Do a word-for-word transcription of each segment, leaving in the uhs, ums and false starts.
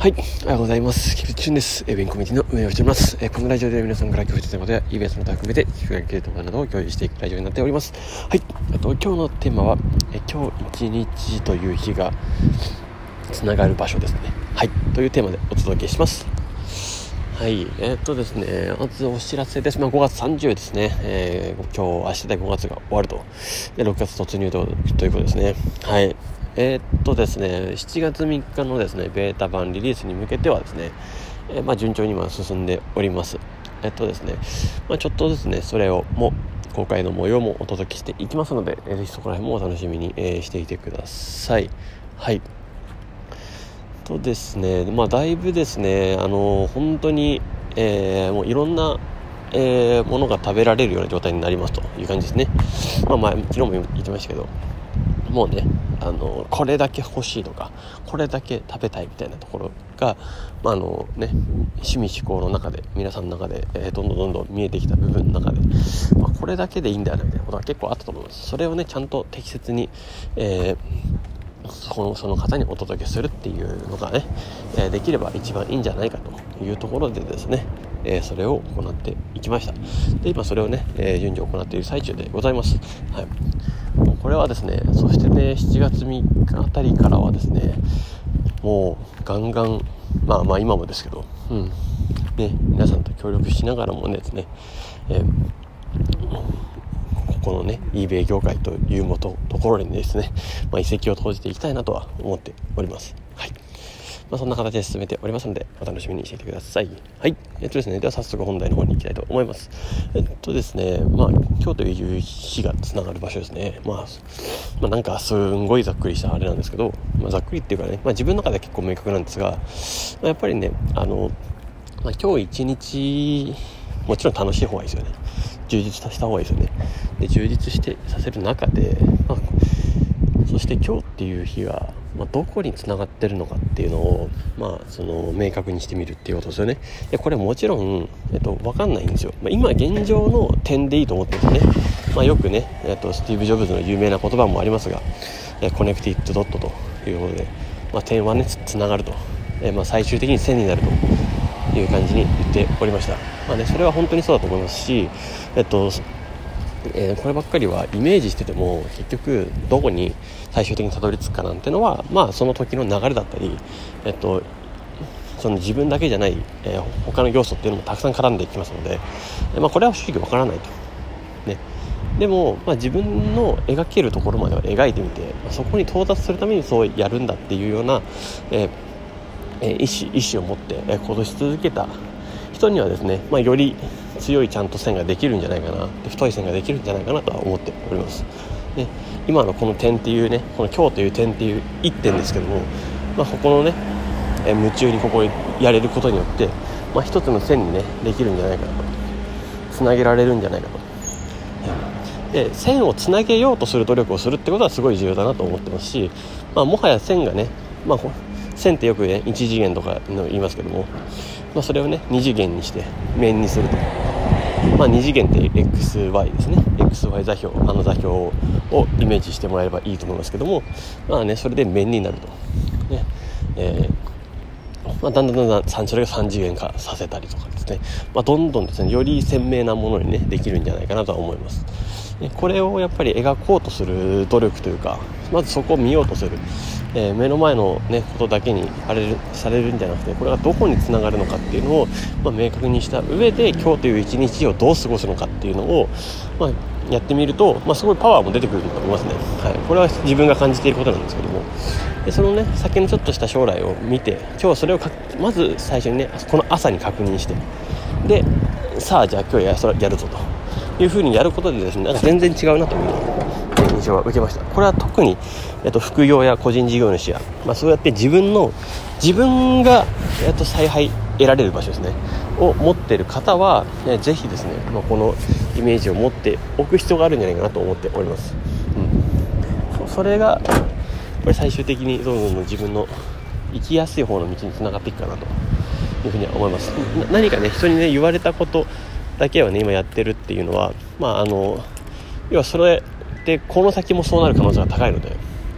はい、おはようございます。菊池俊です。えー、ウィンコミュニティの運営をしております。えー、このラジオでは皆さんから共有したことやイベントの他含めて聞く系動画などを共有していくラジオになっております。はい、あと今日のテーマは、えー、今日一日という日がつながる場所ですね。はい、というテーマでお届けします。はい、えー、っとですね、まずお知らせです。まあ、ごがつさんじゅうですね。えー、今日明日でごがつが終わると、でろくがつ突入と、ということですね。はい。えー、っとですね、しちがつみっかのですね、ベータ版リリースに向けてはですね、えー、まあ順調に今進んでおります。えっとですね、まあ、ちょっとずつね、それをも公開の模様もお届けしていきますので、えー、ぜひそこら辺もお楽しみに、えー、していてください。はい。とですね、まあだいぶですね、あのー、本当に、えー、もういろんな、えー、ものが食べられるような状態になりますという感じですね。まあ前昨日も言ってましたけど、もうね、あのこれだけ欲しいとかこれだけ食べたいみたいなところが、まああのね、趣味思考の中で皆さんの中で、えー、どんどんどんどん見えてきた部分の中で、まあ、これだけでいいんだよねみたいなことが結構あったと思います。それをねちゃんと適切に、えー、そのその方にお届けするっていうのがね、えー、できれば一番いいんじゃないかというところでですね、えー、それを行っていきました。で今それをね、えー、順次行っている最中でございます。はい。これはですね、そしてねしちがつみっかあたりからはですね、もうガンガンまあまあ今もですけど、うんね、皆さんと協力しながらもねですね、えー、ここのね eBay 業界というもとところにですね、まあ、一石を投じていきたいなとは思っております。はい。まあ、そんな形で進めておりますのでお楽しみにしていてください。はい。えっとですね、では早速本題の方に行きたいと思います。えっとですね、まあ今日という日がつながる場所ですね。まあ、まあ、なんかすんごいざっくりしたあれなんですけど、まあ、ざっくりっていうかね、まあ自分の中では結構明確なんですが、まあ、やっぱりね、あの、まあ、今日一日もちろん楽しい方がいいですよね。充実した方がいいですよね。で充実してさせる中で、まあ、そして今日っていう日が、まあ、どこに繋がってるのかっていうのを、まあ、その明確にしてみるっていうことですよね。でこれもちろん、えっと、分かんないんですよ。まあ、今現状の点でいいと思ってるんですね。まあ、よくね、えっと、スティーブ・ジョブズの有名な言葉もありますが、えコネクティッド・ドットということで、まあ、点はねつながると、えまあ、最終的に線になるという感じに言っておりました。まあね、それは本当にそうだと思いますし、えっとえー、こればっかりはイメージしてても結局どこに最終的にたどり着くかなんてのは、まあその時の流れだったり、えっとその自分だけじゃない、えー、他の要素っていうのもたくさん絡んでいきますので、えーまあ、これは正直わからないと、ね、でも、まあ、自分の描けるところまでは描いてみて、まあ、そこに到達するためにそうやるんだっていうような、えー、意思、意思を持って、えー、行動し続けた人にはですね、まあ、より強いちゃんと線ができるんじゃないかな、太い線ができるんじゃないかなとは思っております。で今のこの点っていうね、この今日という点っていう一点ですけども、まあ、ここのね、え夢中にここやれることによって、まあ、一つの線にねできるんじゃないかなと、つなげられるんじゃないかと。で線をつなげようとする努力をするってことはすごい重要だなと思ってますし、まあ、もはや線がね、まあ、線ってよくねいち次元とかの言いますけども、まあ、それをねに次元にして面にすると、まあ、に次元って エックスワイ ですね。 エックスワイ 座標、あの座標をイメージしてもらえればいいと思いますけども、まあね、それで面になると、ねえーまあ、だんだんだんだんそれがさん次元化させたりとかですね、まあ、どんどんですねより鮮明なものにねできるんじゃないかなとは思います。これをやっぱり描こうとする努力というか、まずそこを見ようとする、えー、目の前の、ね、ことだけにあれされるんじゃなくて、これがどこにつながるのかっていうのを、まあ、明確にした上で今日という一日をどう過ごすのかっていうのを、まあ、やってみると、まあ、すごいパワーも出てくると思いますね。はい、これは自分が感じていることなんですけども、でそのね先のちょっとした将来を見て、今日それをかまず最初にねこの朝に確認して、でさあじゃあ今日やそれやるぞという風にやることでですね、なんか全然違うなという印象は受けました。これは特に、えっと、副業や個人事業主や、まあ、そうやって自分の自分が、えっと、采配得られる場所ですねを持っている方は、ね、ぜひですね、まあ、このイメージを持っておく必要があるんじゃないかなと思っております。うん、そ, それがこれ最終的にどんどんどんどん自分の生きやすい方の道につながっていくかなというふうには思います。な何かね人にね言われたことだけはね今やってるっていうのは、まああの要はそれでこの先もそうなる可能性が高いので、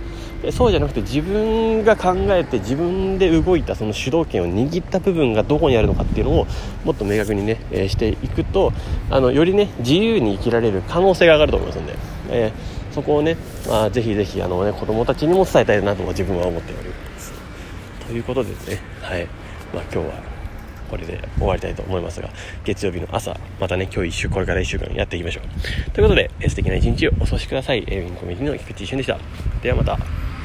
そうじゃなくて自分が考えて自分で動いたその主導権を握った部分がどこにあるのかっていうのをもっと明確にね、えー、していくとあのよりね自由に生きられる可能性が上がると思いますので、えー、そこをね、まあ、ぜひぜひあの、ね、子供たちにも伝えたいなと自分は思っております。ということでね、はい、まあ、今日はこれで終わりたいと思いますが、月曜日の朝またね今日一週これからいっしゅうかんやっていきましょうということで、素敵な一日をお過ごしください。ウィンコミュニティの菊池俊でした。ではまた。